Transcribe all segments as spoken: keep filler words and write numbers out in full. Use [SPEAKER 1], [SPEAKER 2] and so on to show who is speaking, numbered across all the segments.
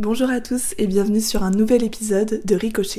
[SPEAKER 1] Bonjour à tous et bienvenue sur un nouvel épisode de Ricochet.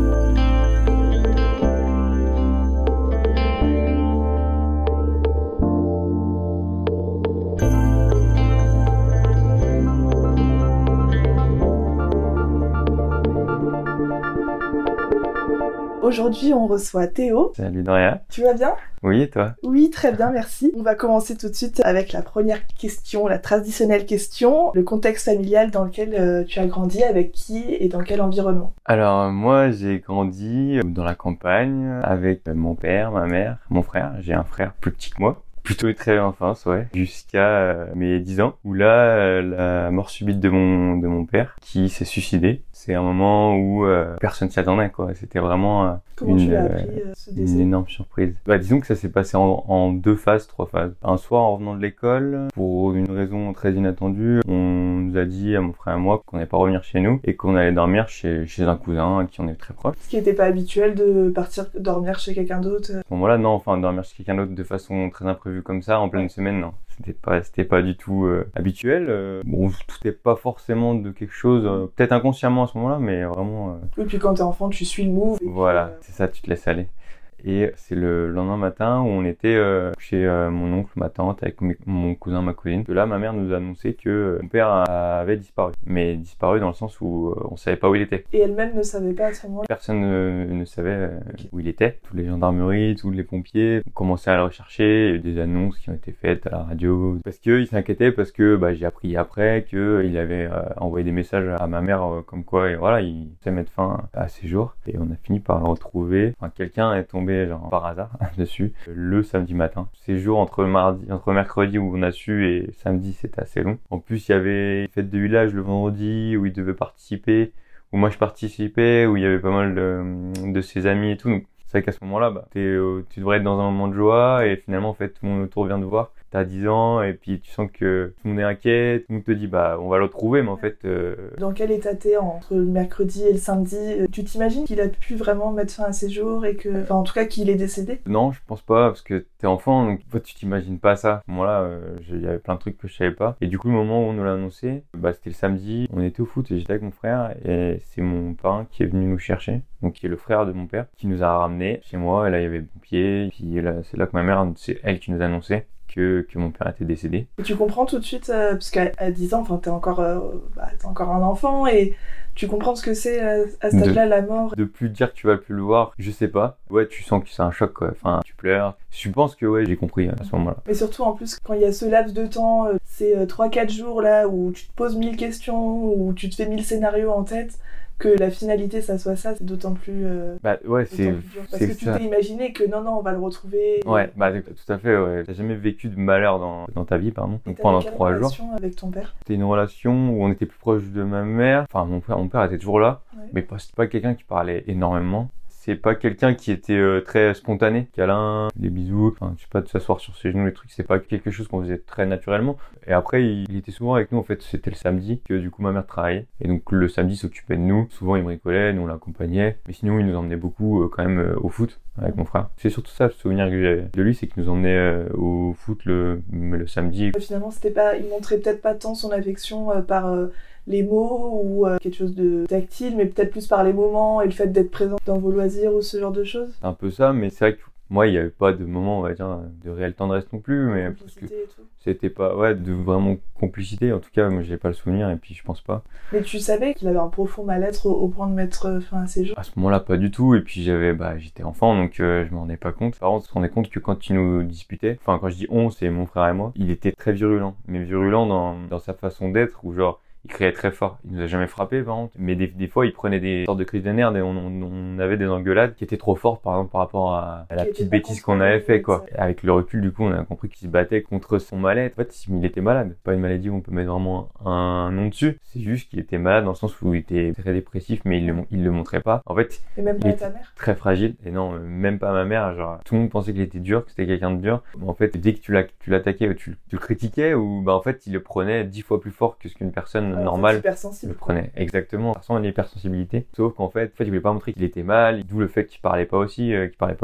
[SPEAKER 1] Aujourd'hui, on reçoit Théo.
[SPEAKER 2] Salut Doria.
[SPEAKER 1] Tu vas bien ?
[SPEAKER 2] Oui, et toi ?
[SPEAKER 1] Oui, très bien, merci. On va commencer tout de suite avec la première question, la traditionnelle question, le contexte familial dans lequel euh, tu as grandi, avec qui et dans quel environnement ?
[SPEAKER 2] Alors moi, j'ai grandi dans la campagne avec mon père, ma mère, mon frère. J'ai un frère plus petit que moi. Plutôt très enfance, ouais, jusqu'à euh, mes dix ans, où là, euh, la mort subite de mon de mon père, qui s'est suicidé. C'est un moment où euh, personne s'y attendait, quoi. C'était vraiment euh,
[SPEAKER 1] Comment
[SPEAKER 2] une,
[SPEAKER 1] tu l'as
[SPEAKER 2] euh,
[SPEAKER 1] appris, euh, ce décès ?
[SPEAKER 2] une énorme surprise. Bah, disons que ça s'est passé en, en deux phases, trois phases. Un soir, en revenant de l'école, pour une raison très inattendue, on nous a dit, à mon frère et à moi, qu'on n'allait pas revenir chez nous et qu'on allait dormir chez chez un cousin à qui on est très proche.
[SPEAKER 1] Ce qui n'était pas habituel de partir dormir chez quelqu'un d'autre.
[SPEAKER 2] À ce moment-là, non, enfin, dormir chez quelqu'un d'autre de façon très imprévue comme ça, en pleine semaine, non. C'était pas, c'était pas du tout euh, habituel. Euh, bon, tout n'est pas forcément de quelque chose, euh, peut-être inconsciemment à ce moment-là, mais vraiment... Euh...
[SPEAKER 1] Et puis quand t'es enfant, tu suis le move.
[SPEAKER 2] Voilà,
[SPEAKER 1] puis, euh...
[SPEAKER 2] c'est ça, tu te laisses aller. Et c'est le lendemain matin où on était euh, chez euh, mon oncle, ma tante, avec mes, mon cousin, ma cousine. De là, ma mère nous a annoncé que euh, mon père avait disparu. Mais disparu dans le sens où euh, on savait pas où il était.
[SPEAKER 1] Et elle-même ne savait pas à ce moment-là ?
[SPEAKER 2] Personne ne, ne savait euh, okay. où il était. Tous les gendarmeries, tous les pompiers ont commencé à le rechercher. Il y a eu des annonces qui ont été faites à la radio. Parce qu'ils s'inquiétaient, parce que bah, j'ai appris après qu'il avait euh, envoyé des messages à ma mère euh, comme quoi, et voilà, il sait mettre fin à ses jours. Et on a fini par le retrouver. Enfin, quelqu'un est tombé genre par hasard dessus le samedi matin. Ces jours entre mardi, entre mercredi où on a su et samedi, c'était assez long. En plus, il y avait une fête de village le vendredi où il devait participer, où moi je participais, où il y avait pas mal de, de ses amis et tout. Donc c'est vrai qu'à ce moment-là, bah, t'es, euh, tu devrais être dans un moment de joie et finalement en fait tout le monde autour vient de voir. T'as dix ans et puis tu sens que tout le monde est inquiet, tout le monde te dit bah on va le retrouver, mais en fait... Euh...
[SPEAKER 1] Dans quel état t'es entre le mercredi et le samedi ? Tu t'imagines qu'il a pu vraiment mettre fin à ses jours et que... Enfin en tout cas qu'il est décédé ?
[SPEAKER 2] Non, je pense pas, parce que t'es enfant, donc en fait, tu t'imagines pas ça. À ce moment-là, euh, il y avait plein de trucs que je savais pas. Et du coup, le moment où on nous l'a annoncé, bah c'était le samedi, on était au foot et j'étais avec mon frère et c'est mon parrain qui est venu nous chercher, donc qui est le frère de mon père, qui nous a ramenés chez moi et là il y avait le pompier, et puis là, c'est là que ma mère, c'est elle qui nous a annoncé Que, que mon père était décédé.
[SPEAKER 1] Et tu comprends tout de suite, euh, parce qu'à à dix ans, enfin, t'es encore, euh, bah, t'es encore un enfant, et tu comprends ce que c'est euh, à cet âge-là, la mort.
[SPEAKER 2] De plus dire que tu vas plus le voir, je sais pas. Ouais, tu sens que c'est un choc, quoi. Enfin, tu pleures. Je pense que ouais, j'ai compris à ce moment-là.
[SPEAKER 1] Mais surtout, en plus, quand il y a ce laps de temps, euh, ces euh, trois quatre jours là, où tu te poses mille questions, où tu te fais mille scénarios en tête, que la finalité ça soit ça, c'est d'autant plus euh,
[SPEAKER 2] bah ouais c'est
[SPEAKER 1] dur, parce
[SPEAKER 2] c'est
[SPEAKER 1] que tu
[SPEAKER 2] ça.
[SPEAKER 1] t'es imaginé que non non on va le retrouver et...
[SPEAKER 2] ouais bah tout à fait ouais. T'as jamais vécu de malheur dans dans ta vie pardon
[SPEAKER 1] donc
[SPEAKER 2] pendant trois jours.
[SPEAKER 1] Relation avec ton père?
[SPEAKER 2] C'était une relation où on était plus proche de ma mère, enfin mon père mon père était toujours là,
[SPEAKER 1] ouais.
[SPEAKER 2] Mais pas c'était pas quelqu'un qui parlait énormément. C'est pas quelqu'un qui était euh, très spontané, câlin, des bisous, enfin, je sais pas, de s'asseoir sur ses genoux, les trucs, c'est pas quelque chose qu'on faisait très naturellement. Et après, il, il était souvent avec nous, en fait, c'était le samedi que du coup ma mère travaillait. Et donc le samedi s'occupait de nous, souvent il bricolait, nous on l'accompagnait, mais sinon il nous emmenait beaucoup euh, quand même euh, au foot avec mon frère. C'est surtout ça le souvenir que j'ai de lui, c'est qu'il nous emmenait euh, au foot le, le samedi.
[SPEAKER 1] Finalement, c'était pas, il montrait peut-être pas tant son affection euh, par... Euh... les mots ou euh, quelque chose de tactile, mais peut-être plus par les moments et le fait d'être présent dans vos loisirs ou ce genre de choses.
[SPEAKER 2] C'est un peu ça, mais c'est vrai que moi, il n'y avait pas de moment, on va dire, de réelle tendresse non plus, mais parce que c'était pas, ouais, de vraiment complicité. En tout cas, moi, j'ai pas le souvenir et puis je pense pas.
[SPEAKER 1] Mais tu savais qu'il avait un profond mal-être au point de mettre fin à ses jours?
[SPEAKER 2] À ce moment-là, pas du tout. Et puis j'avais, bah, j'étais enfant, donc euh, je m'en rendais pas compte. Par contre, on se rendait compte que quand il nous disputait, enfin, quand je dis on, c'est mon frère et moi, il était très virulent, mais virulent dans dans sa façon d'être, où genre il criait très fort. Il nous a jamais frappé, par contre. Mais des, des fois, il prenait des sortes de crises de nerfs et on, on, on avait des engueulades qui étaient trop fortes, par exemple, par rapport à, à la petite bêtise qu'on avait fait, quoi. Et avec le recul, du coup, on a compris qu'il se battait contre son mal-être. En fait, il était malade. Pas une maladie où on peut mettre vraiment un, un nom dessus. C'est juste qu'il était malade dans le sens où il était très dépressif, mais il le, il le montrait pas. En fait,
[SPEAKER 1] et même
[SPEAKER 2] il
[SPEAKER 1] pas
[SPEAKER 2] était
[SPEAKER 1] ta mère?
[SPEAKER 2] Très fragile. Et non, même pas ma mère. Genre, tout le monde pensait qu'il était dur, que c'était quelqu'un de dur. Mais en fait, dès que tu l'as, tu l'attaquais ou tu, tu le critiquais, ou, bah, en fait, il le prenait dix fois plus fort que ce qu'une personne
[SPEAKER 1] alors,
[SPEAKER 2] normale
[SPEAKER 1] le
[SPEAKER 2] prenait. Exactement. Ça ressemble à l'hypersensibilité. Sauf qu'en fait, en fait, il voulait pas montrer qu'il était mal, d'où le fait qu'il parlait pas aussi, euh, qu'il parlait pas beaucoup.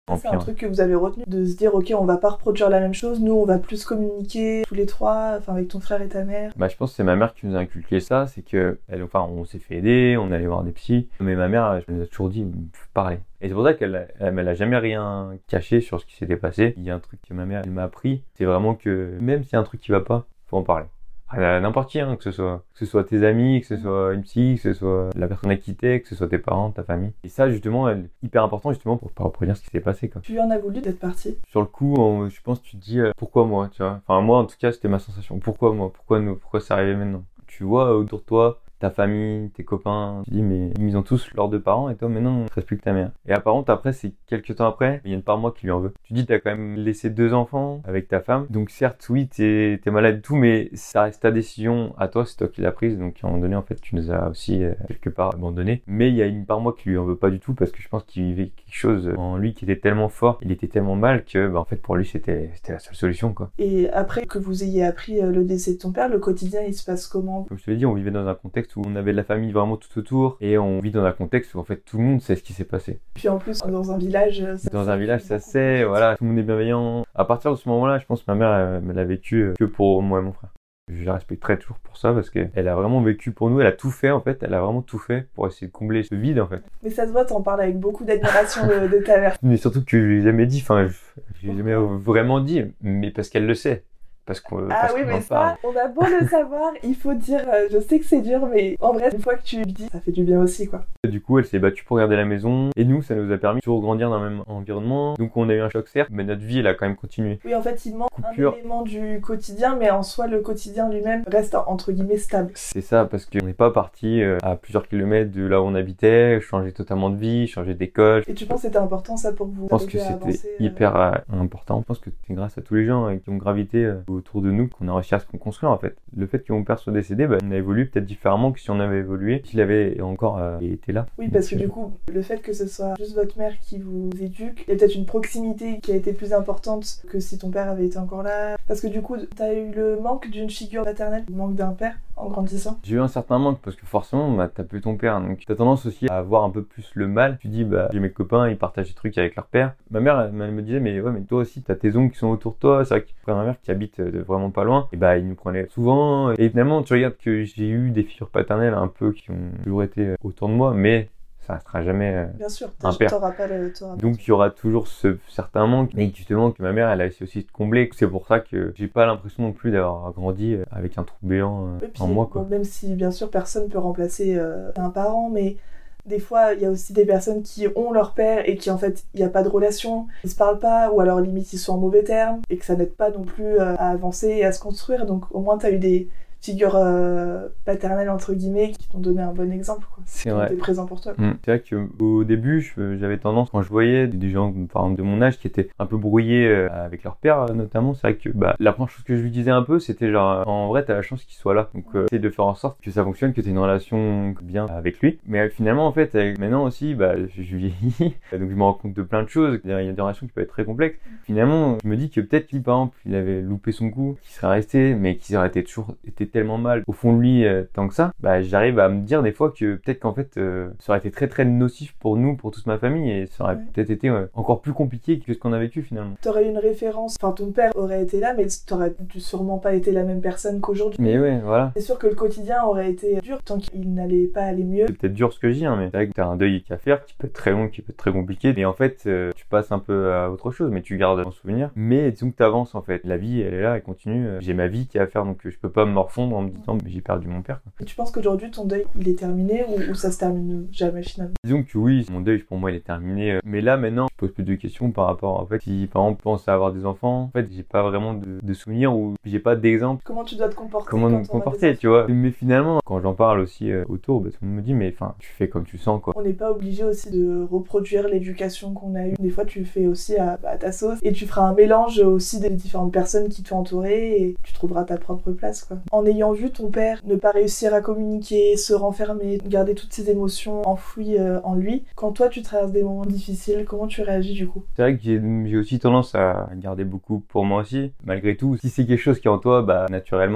[SPEAKER 1] C'est un truc que vous avez retenu, de se dire ok, on va pas reproduire la même chose, nous on va plus communiquer tous les trois, enfin avec ton frère et ta mère.
[SPEAKER 2] Bah je pense que c'est ma mère qui nous a inculqué ça, c'est que elle, enfin on s'est fait aider, on allait voir des psys, mais ma mère je nous a toujours dit pareil. Et c'est pour ça qu'elle elle, elle a jamais rien caché sur ce qui s'était passé. Il y a un truc que ma mère elle m'a appris, c'est vraiment que même s'il y a un truc qui va pas, faut en parler. À n'importe qui, hein, que ce soit que ce soit tes amis, que ce soit une psy, que ce soit la personne à qui t'es, que ce soit tes parents, ta famille. Et ça justement, elle, hyper important justement pour pas reproduire ce qui s'est passé quoi.
[SPEAKER 1] Tu en as voulu d'être parti?
[SPEAKER 2] Sur le coup, on, je pense tu te dis euh, pourquoi moi, tu vois. Enfin moi en tout cas c'était ma sensation. Pourquoi moi? Pourquoi nous? Pourquoi c'est arrivé maintenant? Tu vois autour de toi ta famille, tes copains, tu dis mais ils ont tous leurs deux parents et toi mais non, il te reste plus que ta mère. Et apparemment après c'est quelques temps après, il y a une part de moi qui lui en veut. Tu dis t'as quand même laissé deux enfants avec ta femme, donc certes oui t'es es malade et tout, mais ça reste ta décision à toi, c'est toi qui l'as prise, donc à un moment donné en fait tu nous as aussi euh, quelque part abandonnés. Mais il y a une part de moi qui lui en veut pas du tout parce que je pense qu'il vivait quelque chose en lui qui était tellement fort, il était tellement mal que bah, en fait pour lui c'était c'était la seule solution quoi.
[SPEAKER 1] Et après que vous ayez appris euh, le décès de ton père, le quotidien il se passe comment?
[SPEAKER 2] Comme je te l'ai dit, on vivait dans un contexte où on avait de la famille vraiment tout autour et on vit dans un contexte où en fait tout le monde sait ce qui s'est passé.
[SPEAKER 1] Puis en plus dans un village, ça
[SPEAKER 2] dans un village ça sait, voilà, tout le monde est bienveillant. À partir de ce moment-là, je pense que ma mère elle l'a vécu que pour moi et mon frère. Je la respecterai toujours pour ça parce qu'elle a vraiment vécu pour nous, elle a tout fait en fait, elle a vraiment tout fait pour essayer de combler ce vide en fait.
[SPEAKER 1] Mais ça se voit, t'en parles avec beaucoup d'admiration de, de ta mère.
[SPEAKER 2] Mais surtout que je lui ai jamais dit, enfin je lui ai jamais vraiment dit, mais parce qu'elle le sait. Parce qu'on
[SPEAKER 1] ah
[SPEAKER 2] parce
[SPEAKER 1] oui,
[SPEAKER 2] qu'on
[SPEAKER 1] mais
[SPEAKER 2] en
[SPEAKER 1] ça,
[SPEAKER 2] parle.
[SPEAKER 1] on a beau le savoir, il faut dire, euh, je sais que c'est dur, mais en vrai, une fois que tu le dis, ça fait du bien aussi, quoi.
[SPEAKER 2] Du coup, elle s'est battue pour garder la maison, et nous, ça nous a permis de toujours grandir dans le même environnement. Donc on a eu un choc certes, mais notre vie, elle a quand même continué.
[SPEAKER 1] Oui, en fait, il manque
[SPEAKER 2] Coupure.
[SPEAKER 1] un élément du quotidien, mais en soi, le quotidien lui-même reste, entre guillemets, stable.
[SPEAKER 2] C'est ça, parce qu'on n'est pas parti euh, à plusieurs kilomètres de là où on habitait, changer totalement de vie, changer d'école.
[SPEAKER 1] Et tu penses que c'était important, ça, pour vous?
[SPEAKER 2] Je pense que c'était hyper euh, important. Je pense que c'est grâce à tous les gens euh, qui ont gravité euh, autour de nous qu'on a réussi à se construire en fait. Le fait que mon père soit décédé, bah, on a évolué peut-être différemment que si on avait évolué, s'il avait encore euh, été là.
[SPEAKER 1] Oui, parce que du coup, le fait que ce soit juste votre mère qui vous éduque, il y a peut-être une proximité qui a été plus importante que si ton père avait été encore là. Parce que du coup, t'as eu le manque d'une figure paternelle, le manque d'un père en grandissant.
[SPEAKER 2] J'ai eu un certain manque parce que forcément, bah, t'as plus ton père, donc t'as tendance aussi à avoir un peu plus le mal. Tu dis, bah, j'ai mes copains, ils partagent des trucs avec leur père. Ma mère, elle, elle me disait, mais ouais, mais toi aussi, t'as tes oncles qui sont autour de toi. C'est vrai que ma mère qui habite euh, vraiment pas loin, et bah, ils nous prenaient souvent. Et finalement, tu regardes que j'ai eu des figures paternelles un peu qui ont toujours été autour de moi, mais ça restera jamais euh,
[SPEAKER 1] bien sûr,
[SPEAKER 2] un père.
[SPEAKER 1] T'auras pas le, t'auras
[SPEAKER 2] Donc il y aura toujours ce certain manque, mais justement que ma mère elle a essayé aussi de combler. C'est pour ça que j'ai pas l'impression non plus d'avoir grandi avec un trou béant euh,
[SPEAKER 1] puis,
[SPEAKER 2] en moi quoi.
[SPEAKER 1] Bon, même si bien sûr personne peut remplacer euh, un parent, mais des fois il y a aussi des personnes qui ont leur père et qui en fait il n'y a pas de relation, ils se parlent pas ou alors limite ils sont en mauvais termes et que ça n'aide pas non plus euh, à avancer et à se construire. Donc au moins t'as eu des figures euh, paternelles entre guillemets qui t'ont donné un bon exemple quoi.
[SPEAKER 2] C'est
[SPEAKER 1] qui
[SPEAKER 2] vrai.
[SPEAKER 1] étaient présents pour toi.
[SPEAKER 2] Mmh. C'est vrai qu'au début j'avais tendance quand je voyais des gens par exemple de mon âge qui étaient un peu brouillés euh, avec leur père notamment, c'est vrai que bah la première chose que je lui disais un peu c'était genre en vrai t'as la chance qu'il soit là, donc euh, essaye de faire en sorte que ça fonctionne, que t'aies une relation bien avec lui. Mais euh, finalement en fait avec, maintenant aussi bah je vieillis donc je me rends compte de plein de choses, il y a des relations qui peuvent être très complexes. Finalement je me dis que peut-être lui par exemple il avait loupé son coup, qu'il serait resté mais qu'il aurait été toujours été tellement mal au fond de lui euh, tant que ça, bah j'arrive à me dire des fois que peut-être qu'en fait euh, ça aurait été très très nocif pour nous, pour toute ma famille, et ça aurait ouais. peut-être été euh, encore plus compliqué que ce qu'on a vécu finalement.
[SPEAKER 1] T'aurais eu une référence, enfin ton père aurait été là mais t'aurais sûrement pas été la même personne qu'aujourd'hui.
[SPEAKER 2] Mais ouais voilà.
[SPEAKER 1] C'est sûr que le quotidien aurait été dur tant qu'il n'allait pas aller mieux.
[SPEAKER 2] C'est peut-être dur ce que je dis hein, mais c'est vrai que t'as un deuil à faire qui peut être très long, qui peut être très compliqué, et en fait euh, tu passes un peu à autre chose mais tu gardes un souvenir, mais disons que t'avances en fait, la vie elle est là, elle continue, j'ai ma vie qui est à faire donc je peux pas me morfondre en me disant mais j'ai perdu mon père quoi.
[SPEAKER 1] Et tu penses qu'aujourd'hui ton deuil il est terminé ou, ou ça se termine jamais finalement?
[SPEAKER 2] Disons que oui, mon deuil pour moi il est terminé, mais là maintenant je pose plus de questions par rapport en fait si par exemple je pense à avoir des enfants, en fait j'ai pas vraiment de, de souvenirs ou j'ai pas d'exemple.
[SPEAKER 1] Comment tu dois te comporter?
[SPEAKER 2] Comment me comporter tu vois? Mais finalement quand j'en parle aussi euh, autour, bah, tout le monde me dit mais enfin tu fais comme tu sens quoi.
[SPEAKER 1] On n'est pas obligé aussi de reproduire l'éducation qu'on a eue. Des fois tu fais aussi à, à ta sauce et tu feras un mélange aussi des différentes personnes qui t'ont entouré et tu trouveras ta propre place quoi. En ayant vu ton père ne pas réussir à communiquer, se renfermer, garder toutes ses émotions enfouies euh, en lui, quand toi tu traverses des moments difficiles, comment tu réagis du coup?
[SPEAKER 2] C'est vrai que j'ai, j'ai aussi tendance à garder beaucoup pour moi aussi. Malgré tout, si c'est quelque chose qui est en toi, bah naturellement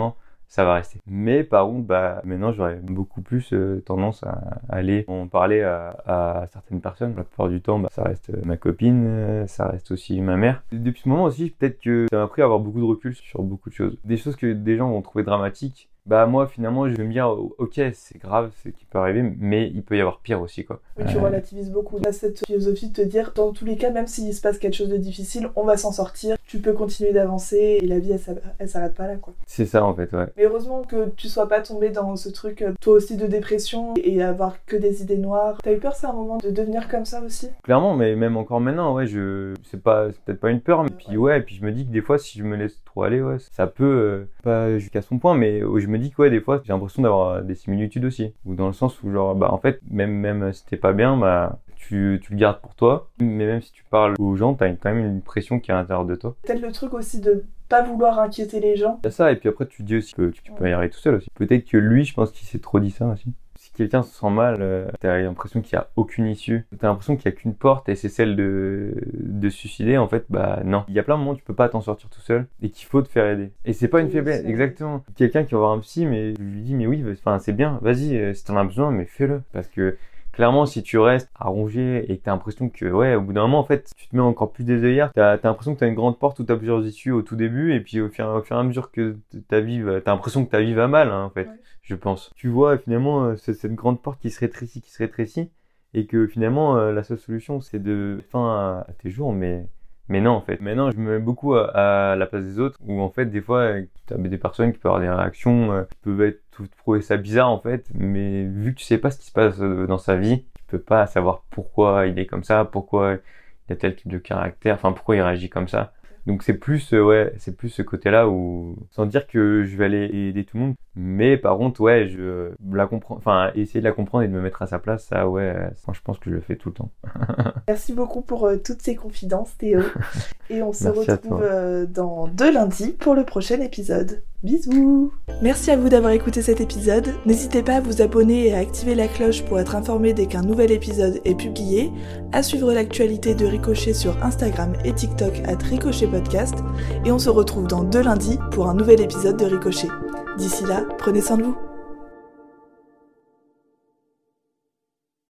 [SPEAKER 2] ça va rester. Mais par contre, bah, maintenant, j'aurais beaucoup plus euh, tendance à aller en parler à, à certaines personnes. La plupart du temps, bah, ça reste ma copine, euh, ça reste aussi ma mère. Depuis ce moment aussi, peut-être que ça m'a appris à avoir beaucoup de recul sur beaucoup de choses. Des choses que des gens vont trouver dramatiques, bah moi finalement je vais me dire ok c'est grave, c'est qui peut arriver, mais il peut y avoir pire aussi quoi.
[SPEAKER 1] Oui, tu euh... relativises beaucoup. Tu as cette philosophie de te dire dans tous les cas, même s'il se passe quelque chose de difficile, on va s'en sortir, tu peux continuer d'avancer et la vie elle, elle s'arrête pas là quoi.
[SPEAKER 2] C'est ça en fait, ouais.
[SPEAKER 1] Mais heureusement que tu sois pas tombé dans ce truc toi aussi de dépression et avoir que des idées noires. T'as eu peur ça à un moment de devenir comme ça aussi?
[SPEAKER 2] Clairement, mais même encore maintenant, ouais, je c'est pas c'est peut-être pas une peur, mais puis ouais, et puis je me dis que des fois si je me laisse trop aller, ouais, ça peut euh, pas jusqu'à son point, mais je me dis que ouais, des fois j'ai l'impression d'avoir des similitudes aussi, ou dans le sens où genre bah en fait même même si t'es pas bien, bah tu tu le gardes pour toi, mais même si tu parles aux gens, t'as quand même une pression qui est à l'intérieur de toi.
[SPEAKER 1] Peut-être le truc aussi de pas vouloir inquiéter les gens.
[SPEAKER 2] C'est ça, et puis après tu te dis aussi que tu peux y arriver tout seul aussi. Peut-être que lui, je pense qu'il s'est trop dit ça aussi. Si quelqu'un se sent mal, euh, t'as l'impression qu'il y a aucune issue, t'as l'impression qu'il y a qu'une porte et c'est celle de de se suicider. En fait, bah non. Il y a plein de moments où tu peux pas t'en sortir tout seul et qu'il faut te faire aider. Et c'est pas une faiblesse, exactement. Quelqu'un qui va voir un psy, mais je lui dis mais oui, enfin c'est bien, vas-y, si t'en as besoin, mais fais-le, parce que clairement, si tu restes à ronger et que t'as l'impression que, ouais, au bout d'un moment, en fait, tu te mets encore plus des œillères, t'as, t'as l'impression que t'as une grande porte où t'as plusieurs issues au tout début, et puis au fur, au fur et à mesure que ta vie va, t'as l'impression que ta vie va mal, hein, en fait, ouais. Je pense. Tu vois, finalement, c'est cette grande porte qui se rétrécit, qui se rétrécit, et que finalement, la seule solution, c'est de mettre fin à, à tes jours, mais... Mais non, en fait. Maintenant, je me mets beaucoup à, à la place des autres, où en fait, des fois, tu as des personnes qui peuvent avoir des réactions, euh, qui peuvent être, trouver ça bizarre, en fait, mais vu que tu sais pas ce qui se passe dans sa vie, tu peux pas savoir pourquoi il est comme ça, pourquoi il a tel type de caractère, enfin, pourquoi il réagit comme ça. Donc c'est plus, euh, ouais, c'est plus ce côté-là où, sans dire que je vais aller aider tout le monde, mais par contre, ouais, je la comprends, enfin, essayer de la comprendre et de me mettre à sa place, ça, ouais, ça, je pense que je le fais tout le temps.
[SPEAKER 1] Merci beaucoup pour euh, toutes ces confidences, Théo. Et on se Merci retrouve euh, dans deux lundis pour le prochain épisode. Bisous! Merci à vous d'avoir écouté cet épisode. N'hésitez pas à vous abonner et à activer la cloche pour être informé dès qu'un nouvel épisode est publié, à suivre l'actualité de Ricochet sur Instagram et TikTok at Ricochet Podcast, et on se retrouve dans deux lundis pour un nouvel épisode de Ricochet. D'ici là, prenez soin de vous.